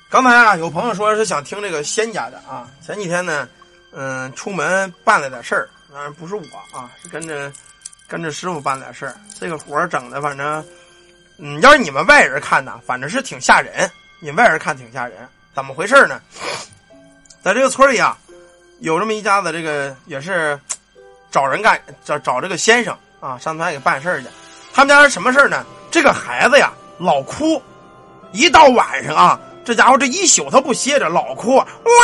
刚才啊，有朋友说是想听这个仙家的啊。前几天呢，出门办了点事儿，当然不是我啊，是跟着师傅办了点事儿。这个活整的，反正，要是你们外人看呢，反正是挺吓人。你们外人看挺吓人，怎么回事呢？在这个村里啊，有这么一家子，这个也是找人干，找这个先生啊，上村给办事儿去。他们家是什么事儿呢？这个孩子呀，老哭，一到晚上啊。这家伙这一宿他不歇着，老哭，哇！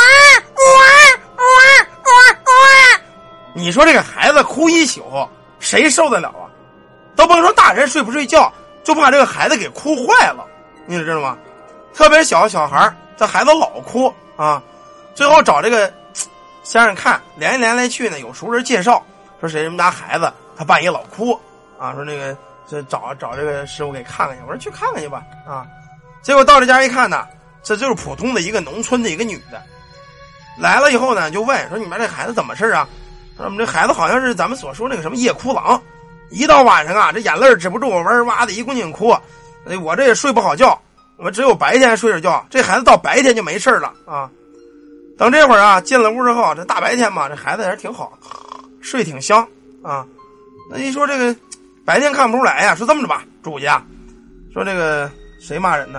你说这个孩子哭一宿，谁受得了啊？都甭说大人睡不睡觉，就怕这个孩子给哭坏了，你知道吗？特别小孩，这孩子老哭啊。最后找这个先生看，连来去呢，有熟人介绍说谁们家孩子他半夜老哭啊，说那个就找这个师傅给看看去。我说去看看去吧啊。结果到这家一看呢。这就是普通的一个农村的一个女的，来了以后呢，就问说：“你们这孩子怎么事啊？”说：“我们这孩子好像是咱们所说那个什么夜哭郎，一到晚上啊，这眼泪止不住，哇的一滚紧哭，我这也睡不好觉，我只有白天睡着觉，这孩子到白天就没事了啊。”等这会儿啊，进了屋之后，这大白天嘛，这孩子还是挺好，睡挺香啊。那一说这个白天看不出来呀，说这么着吧，主家说这个谁骂人呢？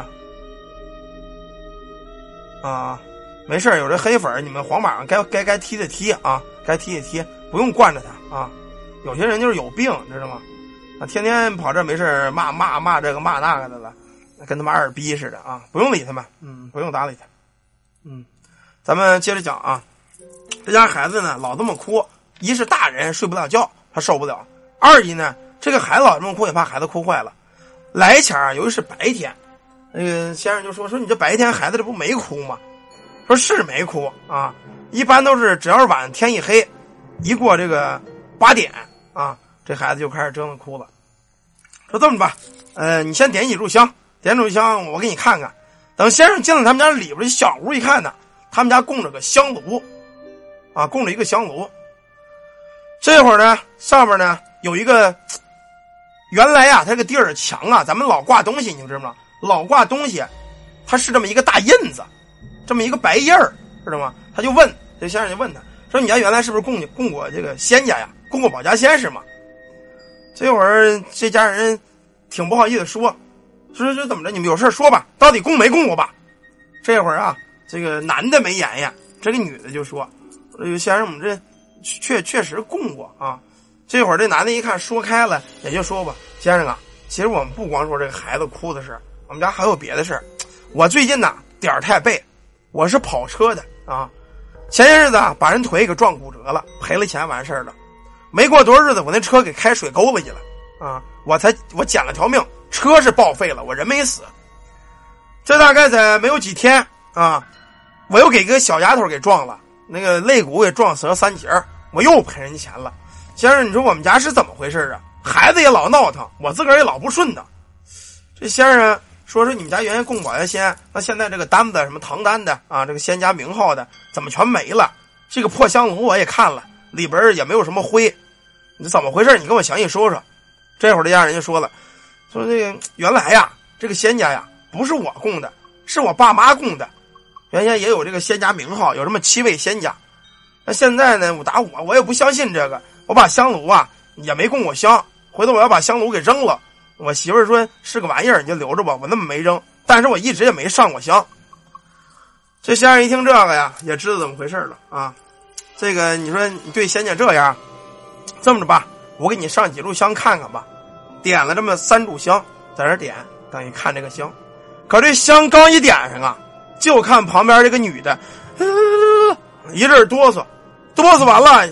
啊，没事，有这黑粉，你们皇马上该踢的踢啊，该踢的踢，不用惯着他啊。有些人就是有病，知道吗？啊，天天跑这没事骂这个骂那个的了，跟他妈二逼似的啊！不用理他们，不用搭理他。咱们接着讲啊，这家孩子呢老这么哭，一是大人睡不了觉，他受不了；二一呢，这个孩子老这么哭，也怕孩子哭坏了。来前啊，由于是白天。那个先生就说你这白天孩子这不没哭吗？说是没哭啊，一般都是只要是晚上天一黑，一过这个8点啊，这孩子就开始折腾哭了。说这么吧，你先点几炷香，我给你看看。等先生进了他们家里边小屋一看呢，他们家供着个香炉啊，供着一个香炉。这会儿呢，上面呢有一个，原来啊，它这个地儿墙啊，咱们老挂东西，你知道吗？老挂东西，它是这么一个大印子，这么一个白印儿，知道吗？他就问这先生，就问他说：“你家原来是不是供过这个仙家呀？供过保家仙是吗？”这会儿这家人挺不好意思说怎么着？你们有事说吧，到底供没供过吧？这会儿啊，这个男的没言呀，这个女的就说：“先生，我们这确实供过啊。”这会儿这男的一看说开了，也就说吧，先生啊，其实我们不光说这个孩子哭的事，我们家还有别的事儿。我最近呢点儿太背，我是跑车的啊。前些日子啊把人腿给撞骨折了，赔了钱完事儿了。没过多少日子，我那车给开水沟子去了啊！我捡了条命，车是报废了，我人没死。这大概在没有几天啊，我又给个小丫头给撞了，那个肋骨给撞折3节，我又赔人钱了。先生，你说我们家是怎么回事啊？孩子也老闹腾，我自个儿也老不顺当。这先生说你们家原先供保家仙，那现在这个单子什么唐单的啊，这个仙家名号的怎么全没了？这个破香炉我也看了，里边也没有什么灰，你怎么回事？你跟我详细说说。这会儿这家人就说了，说这个原来呀，这个仙家呀不是我供的，是我爸妈供的。原先也有这个仙家名号，有这么7位仙家。那现在呢，我也不相信这个，我把香炉啊也没供我香，回头我要把香炉给扔了。我媳妇儿说是个玩意儿，你就留着吧，我那么没扔，但是我一直也没上过香。这先生一听这个呀，也知道怎么回事了啊。这个你说你对仙家这样，这么着吧，我给你上几炷香看看吧。点了这么3炷香，在这点，等于看这个香。可这香刚一点上啊，就看旁边这个女的，一阵哆嗦完了，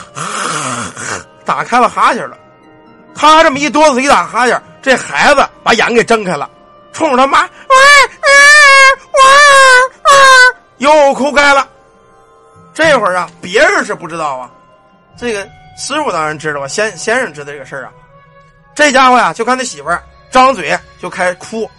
打开了哈欠了。他这么一哆嗦一打哈欠，这孩子把眼给睁开了，冲着他妈又哭开了。这会儿啊，别人是不知道啊，这个师傅当然知道啊，先生知道这个事儿啊。这家伙呀，就看他媳妇儿张嘴就开始哭，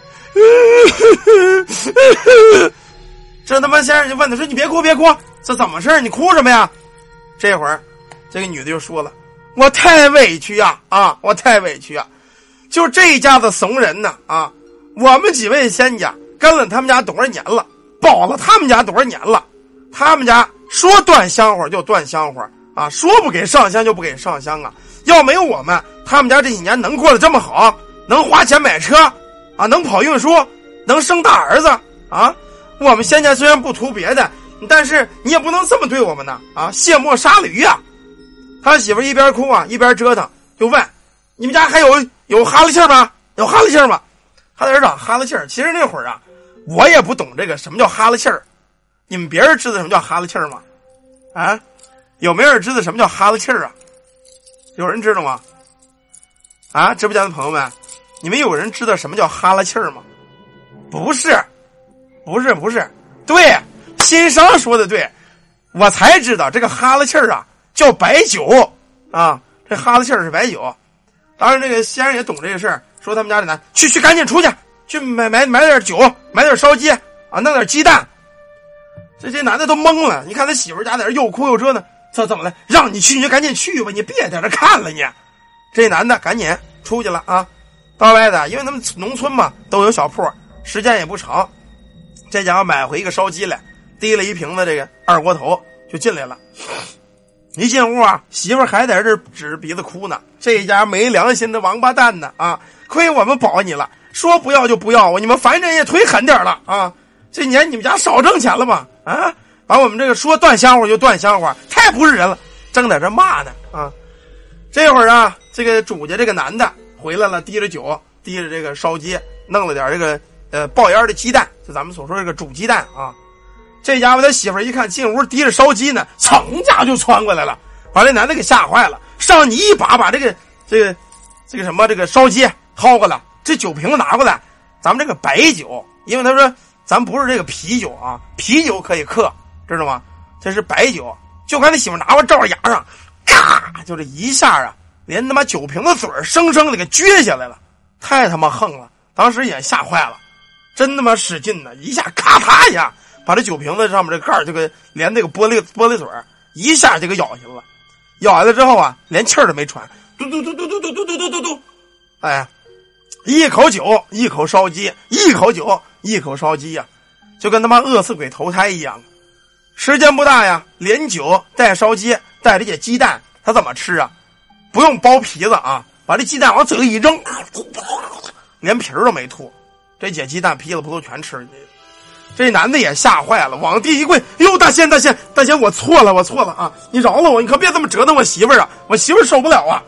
这他妈先生就问他说：“你别哭，这怎么事儿？你哭什么呀？”这会儿，这个女的就说了：“我太委屈呀，我太委屈呀！就这一家子怂人呢啊！我们几位仙家跟了他们家多少年了， 保了他们家多少年了，他们家说断香火就断香火啊，说不给上香就不给上香啊。要没有我们，他们家这几年能过得这么好，能花钱买车啊，能跑运输，能生大儿子啊。我们仙家虽然不图别的，但是你也不能这么对我们呢啊！卸磨杀驴啊！他媳妇一边哭啊一边折腾，就问：你们家还有哈喇气吗？有哈喇气吗？他在这长哈喇气儿。其实那会儿啊，我也不懂这个什么叫哈喇气儿。你们别人知道什么叫哈喇气儿吗？啊，有没有人知道什么叫哈喇气儿啊？有人知道吗？啊，直播间的朋友们，你们有人知道什么叫哈喇气儿吗？不是，对，新商说的对，我才知道这个哈喇气儿啊叫白酒啊，这哈喇气儿是白酒。当然，这个先生也懂这个事儿，说他们家里男去赶紧出去买点酒，买点烧鸡啊，弄点鸡蛋。这男的都懵了，你看他媳妇家在这又哭又折腾，这怎么了？让你去你就赶紧去吧，你别在这看了你。这男的赶紧出去了啊，到外头，因为他们农村嘛都有小铺，时间也不长。这家伙买回一个烧鸡来，提了一瓶子这个二锅头就进来了。一进屋啊，媳妇还在这指着鼻子哭呢。这家没良心的王八蛋呢啊！亏我们保你了，说不要就不要，你们反正也忒狠点了啊！这年你们家少挣钱了吧？啊，把我们这个说断香火就断香火，太不是人了，正在这骂呢啊！这会儿啊，这个主家这个男的回来了，提着酒，提着这个烧鸡，弄了点这个爆烟的鸡蛋，就咱们所说这个煮鸡蛋啊。这家伙他媳妇一看进屋提着烧鸡呢，噌家就窜过来了，把这男的给吓坏了，上你一把这个什么这个烧鸡薅过来，这酒瓶子拿过来，咱们这个白酒，因为他说咱不是这个啤酒啊，啤酒可以克，知道吗？这是白酒，就看他媳妇拿过照着牙上，咔，就这一下啊，连他妈酒瓶子嘴生生的给撅下来了，太他妈横了，当时也吓坏了，真他妈使劲呢，一下咔嚓一下。把这酒瓶子上面这盖儿就给连这个玻璃嘴一下就给咬下了，咬下来之后啊，连气儿都没喘，嘟，哎，一口酒一口烧鸡，一口酒一口烧鸡呀，就跟他妈饿死鬼投胎一样。时间不大呀，连酒带烧鸡带这些鸡蛋，他怎么吃啊？不用剥皮子啊，把这鸡蛋往嘴里一扔，连皮儿都没吐，这些鸡蛋皮子不都全吃进去。这男的也吓坏了，往地一跪，哟，大仙，我错了啊！你饶了我，你可别这么折腾我媳妇儿啊！我媳妇儿受不了啊！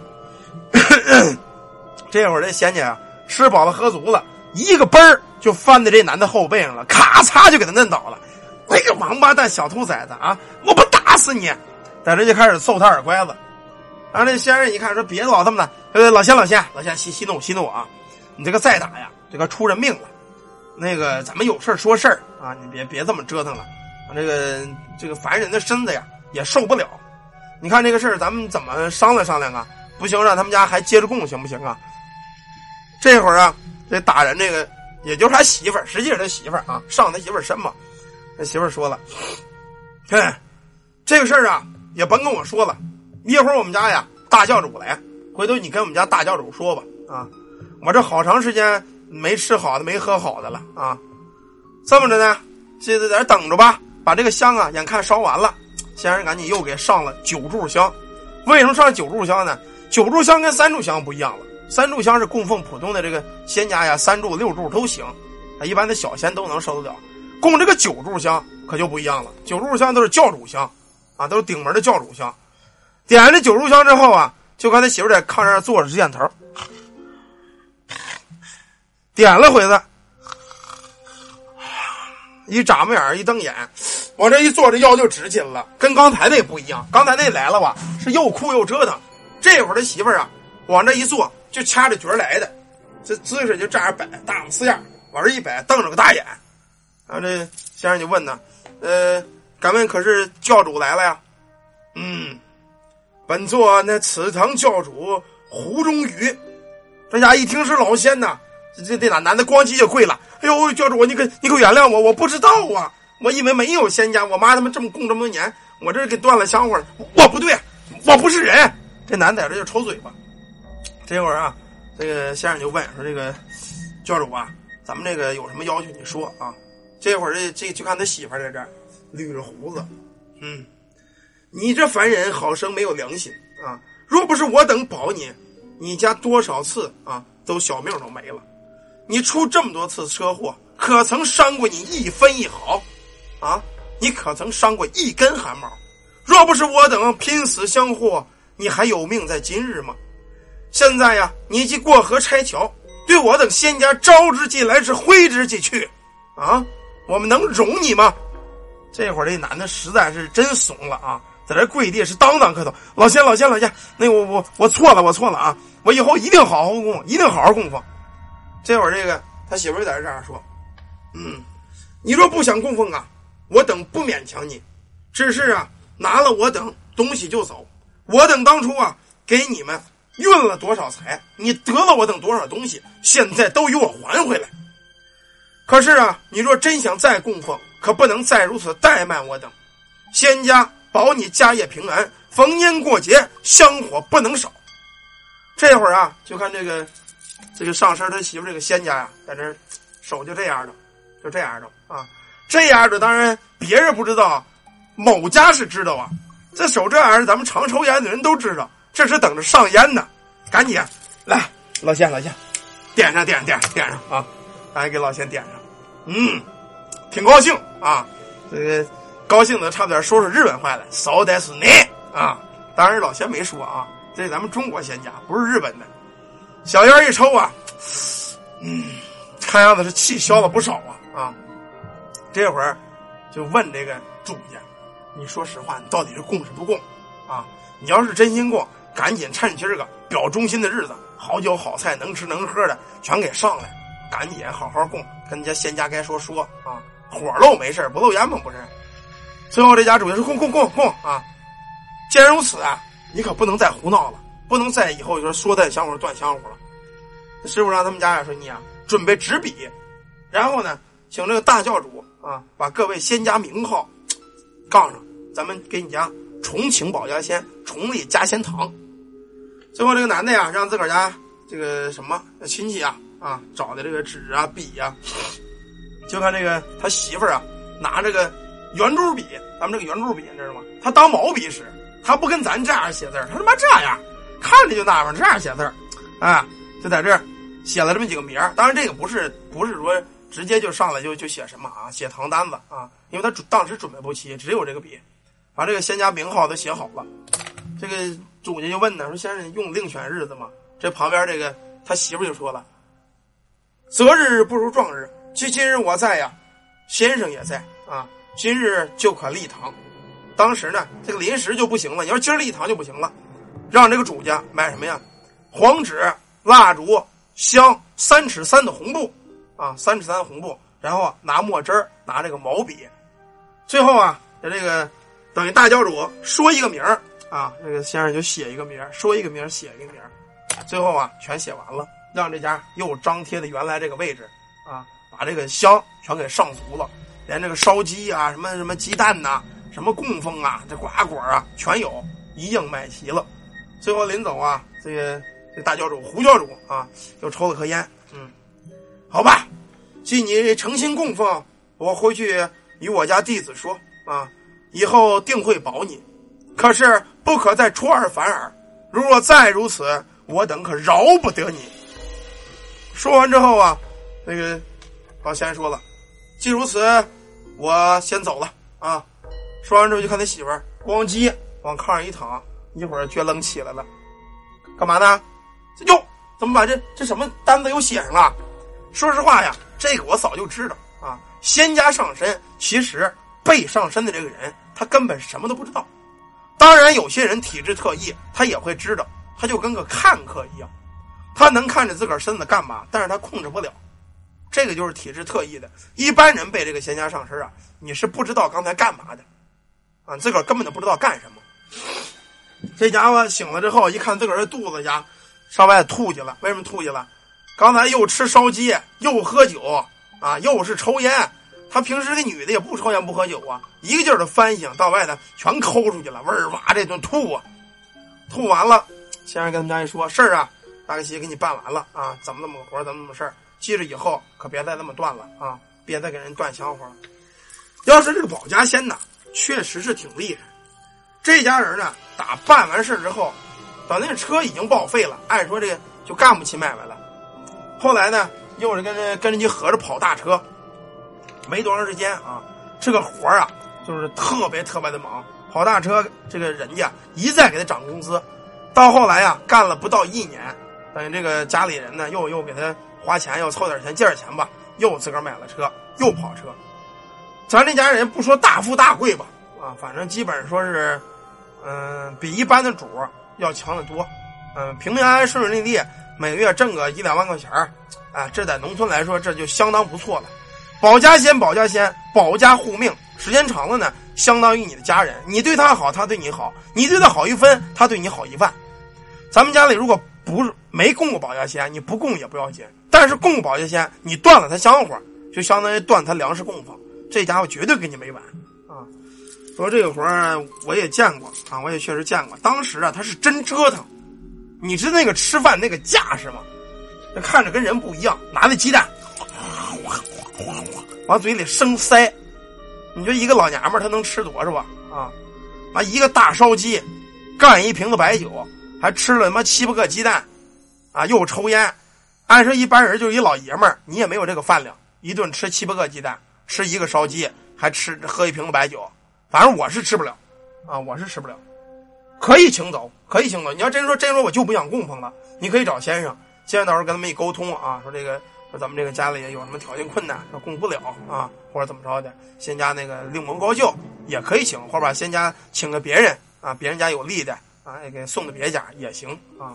这会儿这仙姐啊，吃饱了喝足了，一个奔儿就翻在这男的后背上了，咔嚓就给他摁倒了。那个王八蛋小兔崽子啊！我不打死你！在这就开始揍他耳乖子。然后这仙人一看说：“别老这么的，老仙息怒啊！你这个再打呀，这个出人命了。那个咱们有事说事儿啊，你别这么折腾了，这个凡人的身子呀也受不了。你看这个事儿，咱们怎么商量啊？不行，让他们家还接着供行不行啊？”这会儿啊，这打人这个也就是他媳妇儿，实际是他媳妇儿啊，上他媳妇儿身嘛。他媳妇儿说了：“这个事儿啊，也甭跟我说了，一会儿我们家呀大教主来，回头你跟我们家大教主说吧啊，我这好长时间没吃好的没喝好的了啊，这么着呢，现在在这等着吧，把这个香啊眼看烧完了，仙人赶紧又给上了9炷香。为什么上9炷香呢？9炷香跟3炷香不一样了，3炷香是供奉普通的这个仙家呀，3炷6炷都行啊，一般的小仙都能受得了。供这个9炷香可就不一样了，9炷香都是教主香啊，都是顶门的教主香。点完这9炷香之后啊，就看他媳妇在炕上坐着直点头，点了回子，一眨巴眼一瞪眼，往这一坐，这腰就直起来了，跟刚才那不一样。刚才那来了吧，是又哭又折腾，这会儿他媳妇啊往这一坐，就掐着角来的，这姿势就这样摆，大四样往这一摆，瞪着个大眼。然后这先生就问呢，敢问可是教主来了呀？本座那祠堂教主胡中宇。这家一听是老仙呐，这男的咣叽就跪了。哎呦，教主，你可原谅我，我不知道啊，我以为没有仙家，我妈他们这么供这么多年，我这给断了香火，我不对，我不是人。这男的在这就抽嘴巴。这会儿啊，这个先生就问说：“这个教主啊，咱们这个有什么要求你说啊？” 这会儿这就看他媳妇在这儿捋着胡子，你这凡人好生没有良心啊！若不是我等保你，你家多少次啊都小命都没了。你出这么多次车祸，可曾伤过你一分一毫啊？你可曾伤过一根汗毛？若不是我等拼死相护，你还有命在今日吗？现在呀，你既过河拆桥，对我等仙家招之即来，是挥之即去啊！我们能容你吗？这会儿这男的实在是真怂了啊，在这跪地是当当磕头，老仙，那我错了啊，我以后一定好好供奉，一定好好供奉。这会儿这个他媳妇儿在这样说，你若不想供奉啊，我等不勉强你，只是啊拿了我等东西就走。我等当初啊给你们运了多少财，你得了我等多少东西，现在都由我还回来。可是啊，你若真想再供奉，可不能再如此怠慢我等。仙家保你家业平安，逢年过节香火不能少。这会儿啊，就看这个上身他媳妇这个仙家呀，在这手就这样的啊，这样的当然别人不知道，某家是知道啊。这手这样的，咱们常抽烟的人都知道，这是等着上烟呢。赶紧来，老仙，点上啊！咱给老仙点上。挺高兴啊，这个高兴的差点说日本话了，骚呆死你啊！当然老仙没说啊，这是咱们中国仙家，不是日本的。小烟一抽啊，看样子是气消了不少啊！这会儿就问这个主家，你说实话，你到底是供是不供啊？你要是真心供，赶紧趁今儿个表忠心的日子，好酒好菜能吃能喝的全给上来，赶紧好好供，跟人家仙家该说啊，火漏没事不漏烟吗？不是。最后这家主家说供啊！既然如此啊，你可不能再胡闹了，不能再以后说断香火断香火了。师傅让他们家说，你啊准备纸笔，然后呢请这个大教主啊把各位仙家名号杠上，咱们给你家重请保家仙，重立家仙堂。最后这个男的呀让自个儿家这个什么亲戚啊找的这个纸啊笔啊，就看这个他媳妇儿啊拿这个圆珠笔，咱们这个圆珠笔你知道吗？他当毛笔使，他不跟咱这样写字，他他妈这样看着就那样这样写字啊，就在这儿写了这么几个名儿。当然这个不是说直接就上来就写什么啊，写唐单子啊，因为他当时准备不齐，只有这个笔，把这个仙家名号都写好了。这个主家就问呢，说先生用另选日子吗？这旁边这个他媳妇就说了，择日不如撞日，今日我在呀，先生也在啊，今日就可立堂。当时呢这个临时就不行了，你要今儿立堂就不行了，让这个主家买什么呀？黄纸、蜡烛、香，3尺3的红布啊，3尺3的红布，然后拿墨汁儿，拿这个毛笔，最后啊这个等于大教主说一个名儿啊，这个先生就写一个名儿，说一个名儿写一个名儿，最后啊全写完了，让这家又张贴的原来这个位置啊，把这个香全给上足了，连这个烧鸡啊，什么鸡蛋呐、什么供奉啊，这瓜果啊全有，一应买齐了。最后临走啊，这大教主胡教主啊又抽了颗烟，好吧，既你诚心供奉，我回去与我家弟子说啊，以后定会保你，可是不可再出尔反尔，如若再如此，我等可饶不得你。说完之后啊，那个老仙说了，既如此，我先走了啊。说完之后就看他媳妇儿咣叽往炕上一躺，一会儿撅愣起来了，干嘛呢？哟，怎么把这什么单子又写上了？说实话呀，这个我早就知道啊。仙家上身，其实被上身的这个人他根本什么都不知道。当然有些人体质特异，他也会知道，他就跟个看客一样，他能看着自个儿身子干嘛，但是他控制不了，这个就是体质特异的。一般人被这个仙家上身啊，你是不知道刚才干嘛的啊，自个儿根本就不知道干什么。这家伙醒了之后一看自个儿的肚子呀上外吐去了，为什么吐去了？刚才又吃烧鸡又喝酒啊，又是抽烟，他平时这女的也不抽烟不喝酒啊，一个劲儿的翻醒到外头全抠出去了，味儿哇这顿吐啊。吐完了先生跟他们家一说，事儿啊大概给你办完了啊，怎么那么个活怎么那么事儿，记着以后可别再那么断了啊， 别再给人断香火了。要是这个保家仙呢，确实是挺厉害。这家人呢，打办完事之后，等那个车已经报废了，按说这个就干不起买卖了。后来呢，又是跟人家合着跑大车，没多长时间啊，这个活啊，就是特别的忙。跑大车这个人家一再给他涨工资，到后来啊，干了不到1年，等于这个家里人呢又给他花钱，又凑点钱借点钱吧，又自个儿买了车，又跑车。咱这家人不说大富大贵吧，啊，反正基本说是，比一般的主要强得多，平平安安顺顺利利，每个月挣个1-2万块钱，这在农村来说这就相当不错了。保家仙，保家护命，时间长了呢，相当于你的家人，你对他好，他对你好，你对他好1分，他对你好1万。咱们家里如果不是没供过保家仙，你不供也不要紧，但是供保家仙，你断了他香火，就相当于断他粮食供奉，这家伙绝对给你没完啊！说这个活我也见过啊，我也确实见过。当时啊，他是真折腾，你知道那个吃饭那个架势吗？那看着跟人不一样，拿那鸡蛋往嘴里生塞，你说一个老娘们她能吃多少啊？啊，一个大烧鸡，干1瓶子白酒，还吃了他妈7-8个鸡蛋，啊，又抽烟。按说一般人就是一老爷们儿，你也没有这个饭量，一顿吃7-8个鸡蛋，吃1个烧鸡，还喝1瓶子白酒，反正我是吃不了，啊，我是吃不了。可以请走，可以请走。你要真说我就不想供奉了，你可以找先生，先生到时候跟他们一沟通啊，说这个。说咱们这个家里有什么条件困难，说供不了啊，或者怎么着的，仙家那个另蒙高就也可以请，或者把仙家请个别人啊，别人家有利的啊，也给送到别家也行啊。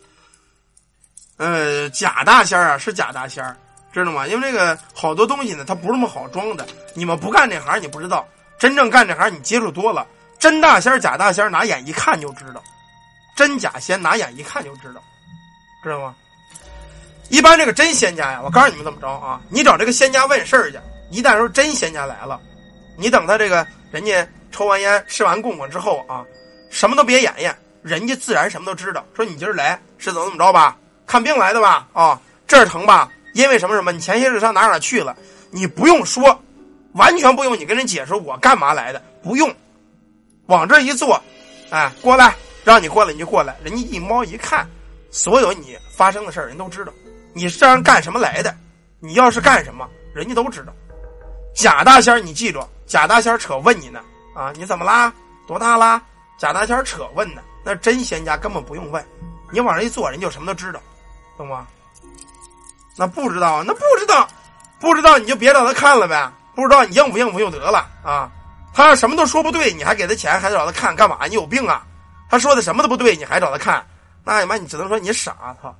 假大仙啊是假大仙，知道吗？因为这个好多东西呢，它不是那么好装的。你们不干这行，你不知道；真正干这行，你接触多了，真大仙假大仙拿眼一看就知道，真假仙拿眼一看就知道，知道吗？一般这个真仙家呀，我告诉你们怎么着啊？你找这个仙家问事儿去，一旦说真仙家来了，你等他这个人家抽完烟吃完供奉之后啊，什么都别演，人家自然什么都知道。说你今儿来是怎么着吧？看病来的吧？啊，这儿疼吧？因为什么？你前些日上哪去了？你不用说，完全不用你跟人解释我干嘛来的，不用，往这一坐，过来，让你过来你就过来，人家一猫一看，所有你发生的事儿人都知道。你是这样干什么来的？你要是干什么，人家都知道。假大仙你记住，假大仙扯问你呢啊，你怎么啦？多大啦？假大仙扯问呢，那真仙家根本不用问，你往这一坐，人就什么都知道，懂吗？那不知道，不知道你就别找他看了呗，不知道你应付就得了啊。他要什么都说不对，你还给他钱，还找他看干嘛？你有病啊？他说的什么都不对，你还找他看，那你只能说你傻，操！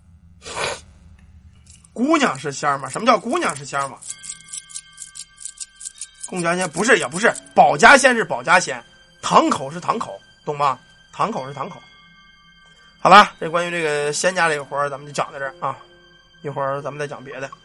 姑娘是仙吗？什么叫姑娘是仙吗？供家仙不是，也不是，保家仙是保家仙，堂口是堂口，懂吗？堂口是堂口。好了，这关于这个仙家这个活儿，咱们就讲到这儿啊，一会儿咱们再讲别的。